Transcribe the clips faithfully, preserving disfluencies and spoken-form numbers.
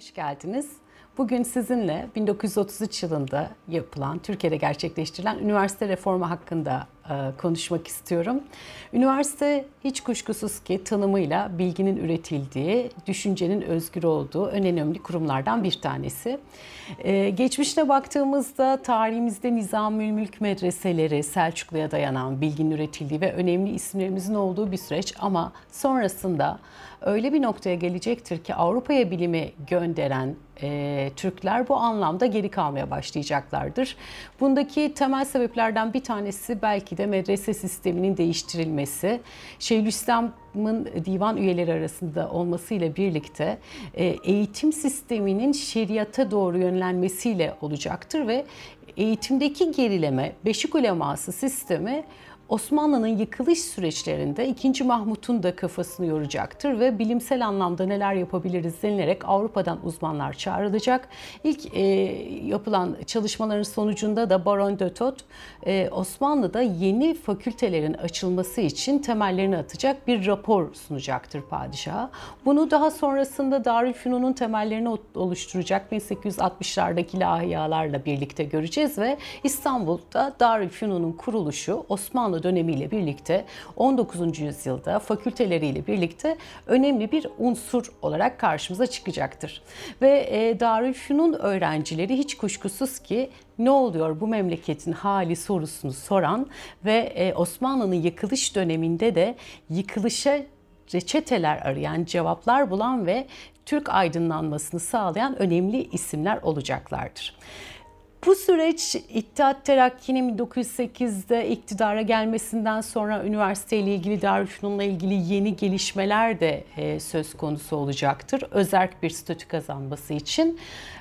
Hoş geldiniz. Bugün sizinle bin dokuz yüz otuz üç yılında yapılan, Türkiye'de gerçekleştirilen üniversite reformu hakkında e, konuşmak istiyorum. Üniversite hiç kuşkusuz ki tanımıyla bilginin üretildiği, düşüncenin özgür olduğu en önemli kurumlardan bir tanesi. E, geçmişine baktığımızda tarihimizde Nizamül Mülk medreseleri, Selçuklu'ya dayanan bilginin üretildiği ve önemli isimlerimizin olduğu bir süreç, ama sonrasında öyle bir noktaya gelecektir ki Avrupa'ya bilimi gönderen e, Türkler bu anlamda geri kalmaya başlayacaklardır. Bundaki temel sebeplerden bir tanesi belki de medrese sisteminin değiştirilmesi. Şeyhülislam'ın divan üyeleri arasında olmasıyla birlikte e, eğitim sisteminin şeriata doğru yönlenmesiyle olacaktır ve eğitimdeki gerileme, beşik uleması sistemi Osmanlı'nın yıkılış süreçlerinde ikinci. Mahmut'un da kafasını yoracaktır ve bilimsel anlamda neler yapabiliriz denilerek Avrupa'dan uzmanlar çağrılacak. İlk e, yapılan çalışmaların sonucunda da Baron de Thot e, Osmanlı'da yeni fakültelerin açılması için temellerini atacak bir rapor sunacaktır padişaha. Bunu daha sonrasında Darülfünun'un temellerini oluşturacak bin sekiz yüz altmışlardaki lahiyalarla birlikte göreceğiz ve İstanbul'da Darülfünun'un kuruluşu Osmanlı dönemiyle birlikte on dokuzuncu yüzyılda fakülteleriyle birlikte önemli bir unsur olarak karşımıza çıkacaktır. Ve e, Darülfünun öğrencileri hiç kuşkusuz ki ne oluyor bu memleketin hali sorusunu soran ve e, Osmanlı'nın yıkılış döneminde de yıkılışa reçeteler arayan, cevaplar bulan ve Türk aydınlanmasını sağlayan önemli isimler olacaklardır. Bu süreç İttihat Terakki'nin bin dokuz yüz sekizde iktidara gelmesinden sonra üniversiteyle ilgili, Darülfünun'la ilgili yeni gelişmeler de e, söz konusu olacaktır. Özerk bir statü kazanması için.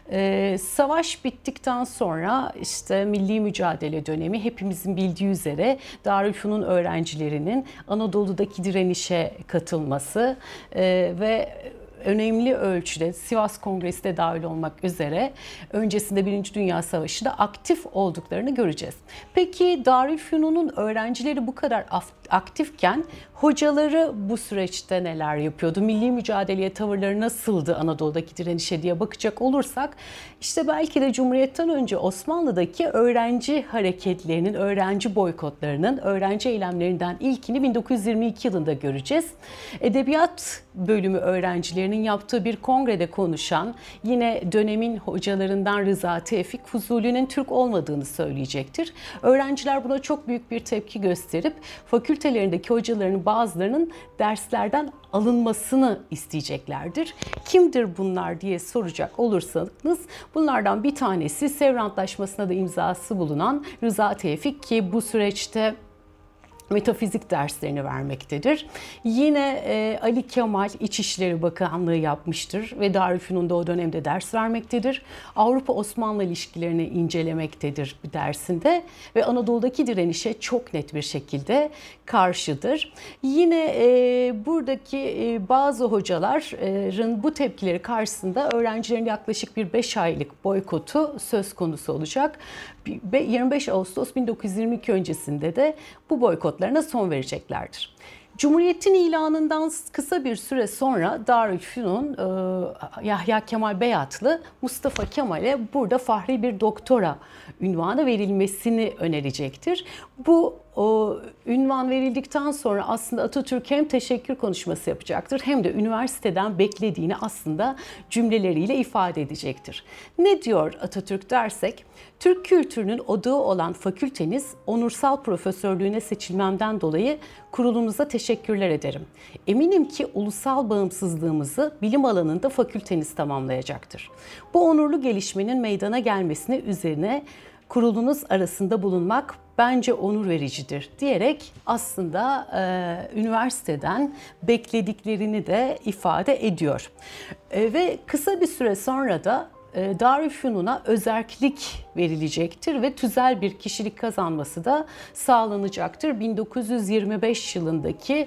E, savaş bittikten sonra işte milli mücadele dönemi, hepimizin bildiği üzere Darülfünun öğrencilerinin Anadolu'daki direnişe katılması e, ve önemli ölçüde Sivas Kongresi de dahil olmak üzere öncesinde Birinci Dünya Savaşı'nda aktif olduklarını göreceğiz. Peki Darülfünun'un öğrencileri bu kadar aktifken hocaları bu süreçte neler yapıyordu? Milli mücadeleye tavırları nasıldı Anadolu'daki direnişe diye bakacak olursak, işte belki de Cumhuriyet'ten önce Osmanlı'daki öğrenci hareketlerinin, öğrenci boykotlarının, öğrenci eylemlerinden ilkini bin dokuz yüz yirmi iki yılında göreceğiz. Edebiyat bölümü öğrencilerinin yaptığı bir kongrede konuşan, yine dönemin hocalarından Rıza Tevfik, Fuzuli'nin Türk olmadığını söyleyecektir. Öğrenciler buna çok büyük bir tepki gösterip fakültelerindeki hocaların bazılarının derslerden alınmasını isteyeceklerdir. Kimdir bunlar diye soracak olursanız, bunlardan bir tanesi Sevr Antlaşması'na da imzası bulunan Rıza Tevfik ki bu süreçte metafizik derslerini vermektedir. Yine e, Ali Kemal İçişleri Bakanlığı yapmıştır ve Darülfünun'da o dönemde ders vermektedir. Avrupa-Osmanlı ilişkilerini incelemektedir bir dersinde ve Anadolu'daki direnişe çok net bir şekilde karşıdır. Yine e, buradaki e, bazı hocaların bu tepkileri karşısında öğrencilerin yaklaşık bir beş aylık boykotu söz konusu olacak. yirmi beş Ağustos bin dokuz yüz yirmi iki öncesinde de bu boykotlarına son vereceklerdir. Cumhuriyet'in ilanından kısa bir süre sonra Darülfünun e, Yahya Kemal Beyatlı Mustafa Kemal'e burada fahri bir doktora ünvanı verilmesini önerecektir. Bu o ünvan verildikten sonra aslında Atatürk hem teşekkür konuşması yapacaktır hem de üniversiteden beklediğini aslında cümleleriyle ifade edecektir. Ne diyor Atatürk dersek, Türk kültürünün odağı olan fakülteniz onursal profesörlüğüne seçilmemden dolayı kurulunuza teşekkürler ederim. Eminim ki ulusal bağımsızlığımızı bilim alanında fakülteniz tamamlayacaktır. Bu onurlu gelişmenin meydana gelmesine üzerine kurulunuz arasında bulunmak bence onur vericidir diyerek aslında e, üniversiteden beklediklerini de ifade ediyor. E, ve kısa bir süre sonra da e, Darülfünun'a özerklik verilecektir ve tüzel bir kişilik kazanması da sağlanacaktır bin dokuz yüz yirmi beş yılındaki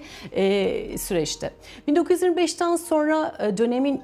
e, süreçte. bin dokuz yüz yirmi beşten sonra e, dönemin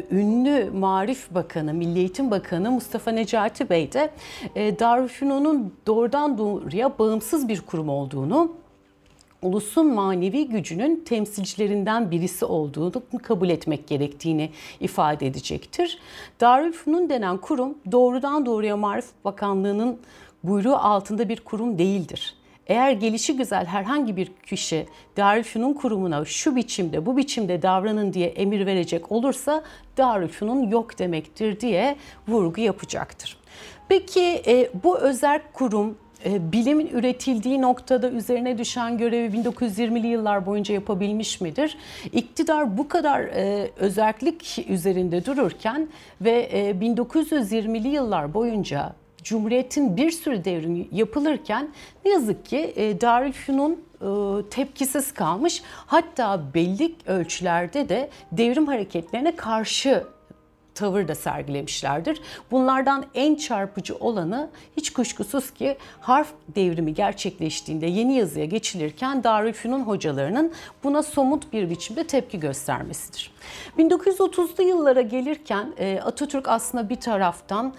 ünlü Marif Bakanı, Milli Eğitim Bakanı Mustafa Necati Bey de Darülfünun'un doğrudan doğruya bağımsız bir kurum olduğunu, ulusun manevi gücünün temsilcilerinden birisi olduğunu kabul etmek gerektiğini ifade edecektir. Darülfünun denen kurum doğrudan doğruya Marifet Bakanlığı'nın buyruğu altında bir kurum değildir. Eğer gelişi güzel herhangi bir kişi Darülfünun kurumuna şu biçimde, bu biçimde davranın diye emir verecek olursa Darülfünun yok demektir diye vurgu yapacaktır. Peki e, bu özerk kurum e, bilimin üretildiği noktada üzerine düşen görevi bin dokuz yüz yirmili yıllar boyunca yapabilmiş midir? İktidar bu kadar e, özerklik üzerinde dururken ve e, bin dokuz yüz yirmili yıllar boyunca Cumhuriyet'in bir sürü devrimi yapılırken ne yazık ki e, Darülfünun e, tepkisiz kalmış. Hatta belli ölçülerde de devrim hareketlerine karşı tavır da sergilemişlerdir. Bunlardan en çarpıcı olanı hiç kuşkusuz ki harf devrimi gerçekleştiğinde yeni yazıya geçilirken Darülfünun hocalarının buna somut bir biçimde tepki göstermesidir. bin dokuz yüz otuzlu yıllara gelirken Atatürk aslında bir taraftan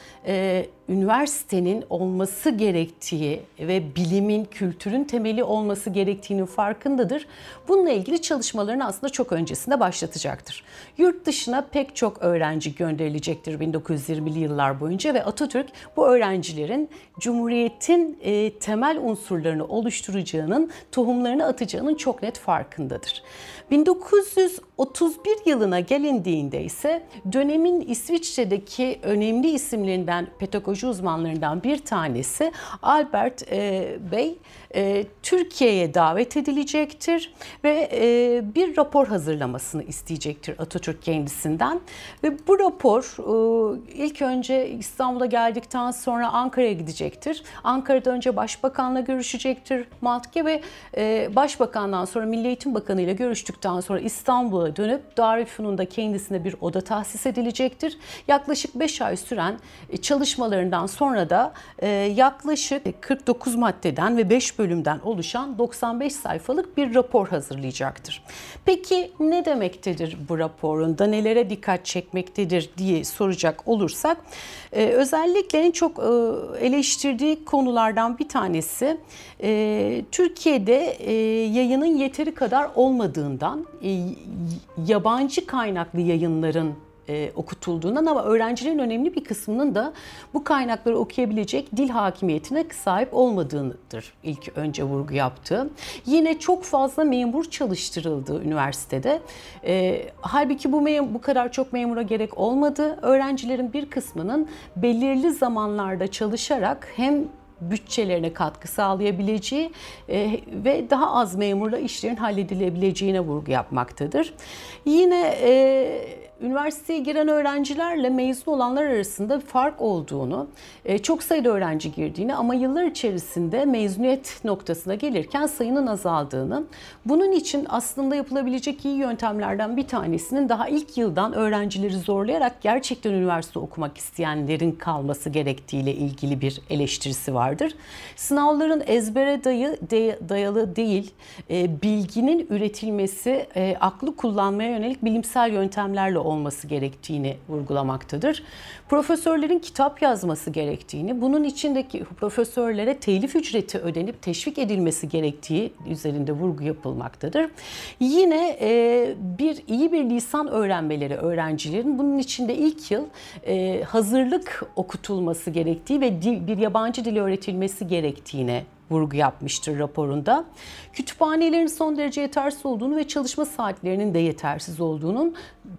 üniversitenin olması gerektiği ve bilimin, kültürün temeli olması gerektiğinin farkındadır. Bununla ilgili çalışmalarını aslında çok öncesinde başlatacaktır. Yurt dışına pek çok öğrenci gönderilecektir bin dokuz yüz yirmili yıllar boyunca ve Atatürk bu öğrencilerin Cumhuriyet'in e, temel unsurlarını oluşturacağının, tohumlarını atacağının çok net farkındadır. bin dokuz yüz otuz bir yılına gelindiğinde ise dönemin İsviçre'deki önemli isimlerinden, pedagoji uzmanlarından bir tanesi Albert e, Bey e, Türkiye'ye davet edilecektir ve e, bir rapor hazırlamasını isteyecektir Atatürk kendisinden. Ve bu rapor e, ilk önce İstanbul'a geldikten sonra Ankara'ya gidecektir. Ankara'da önce Başbakan'la görüşecektir Maltke ve e, Başbakan'dan sonra Milli Eğitim Bakanı ile görüştükten sonra İstanbul'a dönüp Darülfünun'da kendisine bir oda tahsis edilecektir. Yaklaşık beş ay süren çalışmalarından sonra da e, yaklaşık kırk dokuz maddeden ve beş bölümden oluşan doksan beş sayfalık bir rapor hazırlayacaktır. Peki ne demektedir bu raporunda, nelere dikkat çekmektedir diye soracak olursak, e, özellikle en çok e, eleştirdiği konulardan bir tanesi e, Türkiye'de e, yayının yeteri kadar olmadığından, e, yabancı kaynaklı yayınların E, okutulduğundan ama öğrencilerin önemli bir kısmının da bu kaynakları okuyabilecek dil hakimiyetine sahip olmadığıdır ilk önce vurgu yaptığı. Yine çok fazla memur çalıştırıldı üniversitede. E, halbuki bu, bu kadar çok memura gerek olmadı. Öğrencilerin bir kısmının belirli zamanlarda çalışarak hem bütçelerine katkı sağlayabileceği e, ve daha az memurla işlerin halledilebileceğine vurgu yapmaktadır. Yine e, üniversiteye giren öğrencilerle mezun olanlar arasında fark olduğunu, çok sayıda öğrenci girdiğini ama yıllar içerisinde mezuniyet noktasına gelirken sayının azaldığını, bunun için aslında yapılabilecek iyi yöntemlerden bir tanesinin daha ilk yıldan öğrencileri zorlayarak gerçekten üniversite okumak isteyenlerin kalması gerektiğiyle ilgili bir eleştirisi vardır. Sınavların ezbere dayı, dayalı değil, bilginin üretilmesi, aklı kullanmaya yönelik bilimsel yöntemlerle olması gerektiğini vurgulamaktadır. Profesörlerin kitap yazması gerektiğini, bunun içindeki profesörlere telif ücreti ödenip teşvik edilmesi gerektiği üzerinde vurgu yapılmaktadır. Yine e, bir iyi bir lisan öğrenmeleri öğrencilerin, bunun içinde ilk yıl e, hazırlık okutulması gerektiği ve dil, bir yabancı dil öğretilmesi gerektiğine vurgu yapmıştır raporunda. Kütüphanelerin son derece yetersiz olduğunu ve çalışma saatlerinin de yetersiz olduğunun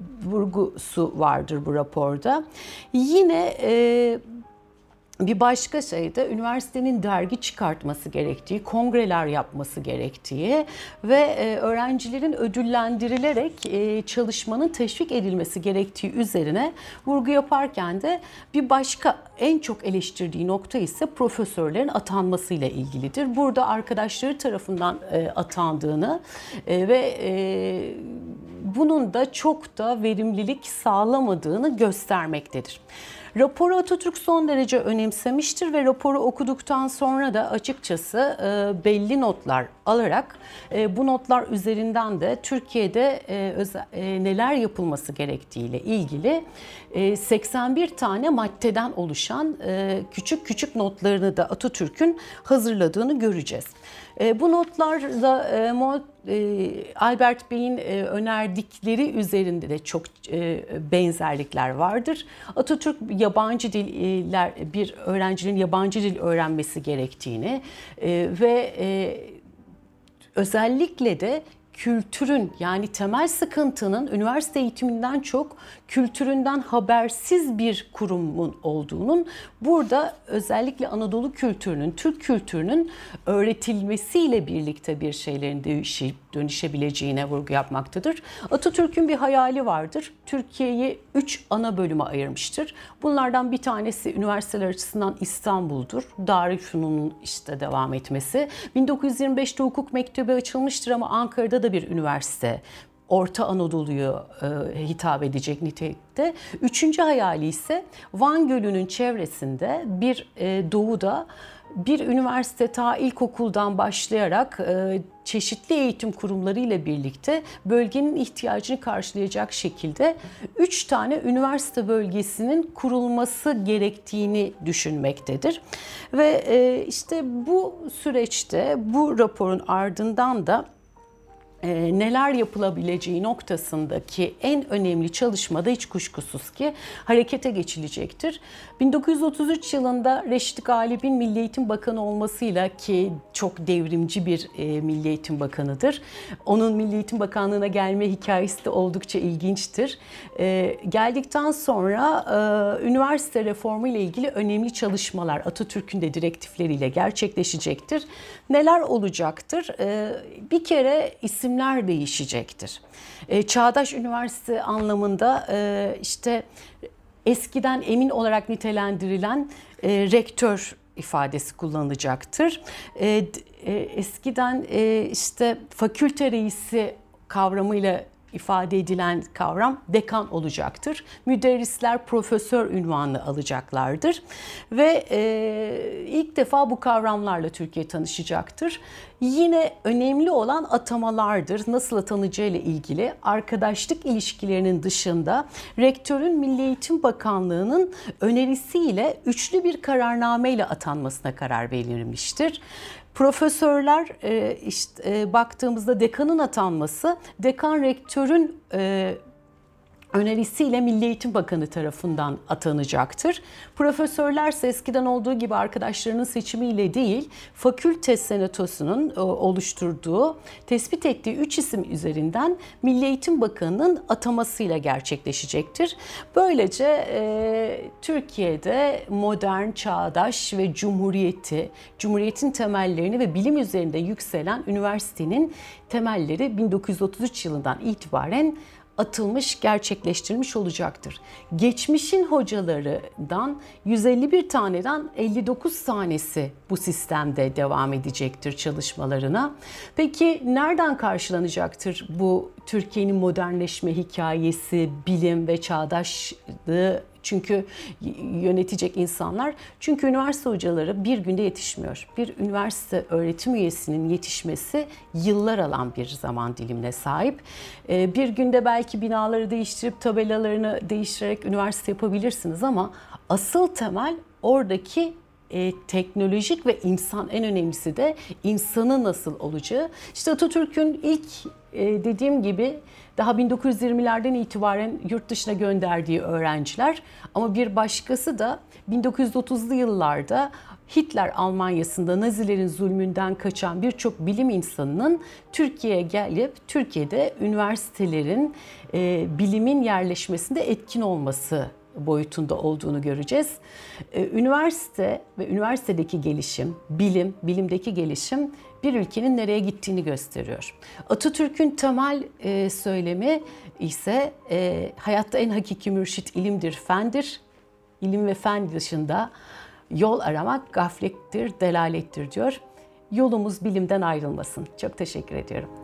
vurgusu vardır bu raporda. Yine e, bir başka şey de üniversitenin dergi çıkartması gerektiği, kongreler yapması gerektiği ve öğrencilerin ödüllendirilerek çalışmanın teşvik edilmesi gerektiği üzerine vurgu yaparken de bir başka en çok eleştirdiği nokta ise profesörlerin atanmasıyla ilgilidir. Burada arkadaşları tarafından atandığını ve bunun da çok da verimlilik sağlamadığını göstermektedir. Raporu Atatürk son derece önemsemiştir ve raporu okuduktan sonra da açıkçası e, belli notlar alarak e, bu notlar üzerinden de Türkiye'de e, özel, e, neler yapılması gerektiğiyle ilgili e, seksen bir tane maddeden oluşan e, küçük küçük notlarını da Atatürk'ün hazırladığını göreceğiz. E, bu notlarda e, Mo, e, Albert Bey'in e, önerdikleri üzerinde de çok e, benzerlikler vardır. Atatürk yabancı diller, bir öğrencinin yabancı dil öğrenmesi gerektiğini e, ve e, özellikle de kültürün, yani temel sıkıntının üniversite eğitiminden çok kültüründen habersiz bir kurumun olduğunun, burada özellikle Anadolu kültürünün, Türk kültürünün öğretilmesiyle birlikte bir şeylerin değişip dönüşebileceğine vurgu yapmaktadır. Atatürk'ün bir hayali vardır. Türkiye'yi üç ana bölüme ayırmıştır. Bunlardan bir tanesi üniversiteler açısından İstanbul'dur. Darülfünun'un işte devam etmesi. bin dokuz yüz yirmi beşte hukuk mektebi açılmıştır ama Ankara'da da bir üniversite, Orta Anadolu'yu e, hitap edecek nitelikte. Üçüncü hayali ise Van Gölü'nün çevresinde bir e, doğuda bir üniversite, ta ilkokuldan başlayarak e, çeşitli eğitim kurumları ile birlikte bölgenin ihtiyacını karşılayacak şekilde üç tane üniversite bölgesinin kurulması gerektiğini düşünmektedir. Ve e, işte bu süreçte, bu raporun ardından da E, neler yapılabileceği noktasındaki en önemli çalışmada hiç kuşkusuz ki harekete geçilecektir. bin dokuz yüz otuz üç yılında Reşit Galip'in Milli Eğitim Bakanı olmasıyla, ki çok devrimci bir e, Milli Eğitim Bakanı'dır. Onun Milli Eğitim Bakanlığı'na gelme hikayesi de oldukça ilginçtir. E, geldikten sonra e, üniversite reformu ile ilgili önemli çalışmalar Atatürk'ün de direktifleriyle gerçekleşecektir. Neler olacaktır? E, bir kere isim isimler değişecektir. E, çağdaş üniversite anlamında e, işte eskiden emin olarak nitelendirilen e, rektör ifadesi kullanılacaktır. E, e, eskiden e, işte fakülte reisi kavramıyla ifade edilen kavram dekan olacaktır. Müderrisler profesör unvanını alacaklardır. Ve e, ilk defa bu kavramlarla Türkiye tanışacaktır. Yine önemli olan atamalardır. Nasıl atanacağı ile ilgili arkadaşlık ilişkilerinin dışında rektörün Milli Eğitim Bakanlığı'nın önerisiyle üçlü bir kararnameyle atanmasına karar verilmiştir. Profesörler işte baktığımızda dekanın atanması, dekan rektörün önerisiyle Milli Eğitim Bakanı tarafından atanacaktır. Profesörlerse eskiden olduğu gibi arkadaşlarının seçimiyle değil, fakülte senatosunun oluşturduğu, tespit ettiği üç isim üzerinden Milli Eğitim Bakanı'nın atamasıyla gerçekleşecektir. Böylece e, Türkiye'de modern, çağdaş ve cumhuriyeti, cumhuriyetin temellerini ve bilim üzerinde yükselen üniversitenin temelleri bin dokuz yüz otuz üç yılından itibaren atılmış, gerçekleştirilmiş olacaktır. Geçmişin hocalarından yüz elli bir taneden elli dokuz tanesi bu sistemde devam edecektir çalışmalarına. Peki nereden karşılanacaktır bu Türkiye'nin modernleşme hikayesi, bilim ve çağdaşlığı? Çünkü yönetecek insanlar, çünkü üniversite hocaları bir günde yetişmiyor. Bir üniversite öğretim üyesinin yetişmesi yıllar alan bir zaman dilimine sahip. Bir günde belki binaları değiştirip tabelalarını değiştirerek üniversite yapabilirsiniz ama asıl temel oradaki E, teknolojik ve insan, en önemlisi de insanı nasıl olacağı. İşte Atatürk'ün ilk e, dediğim gibi daha bin dokuz yüz yirmilerden itibaren yurt dışına gönderdiği öğrenciler, ama bir başkası da bin dokuz yüz otuzlu yıllarda Hitler Almanya'sında Nazilerin zulmünden kaçan birçok bilim insanının Türkiye'ye gelip Türkiye'de üniversitelerin e, bilimin yerleşmesinde etkin olması boyutunda olduğunu göreceğiz. Üniversite ve üniversitedeki gelişim, bilim, bilimdeki gelişim bir ülkenin nereye gittiğini gösteriyor. Atatürk'ün temel söylemi ise hayatta en hakiki mürşit ilimdir, fendir. İlim ve fen dışında yol aramak gaflettir, delalettir diyor. Yolumuz bilimden ayrılmasın. Çok teşekkür ediyorum.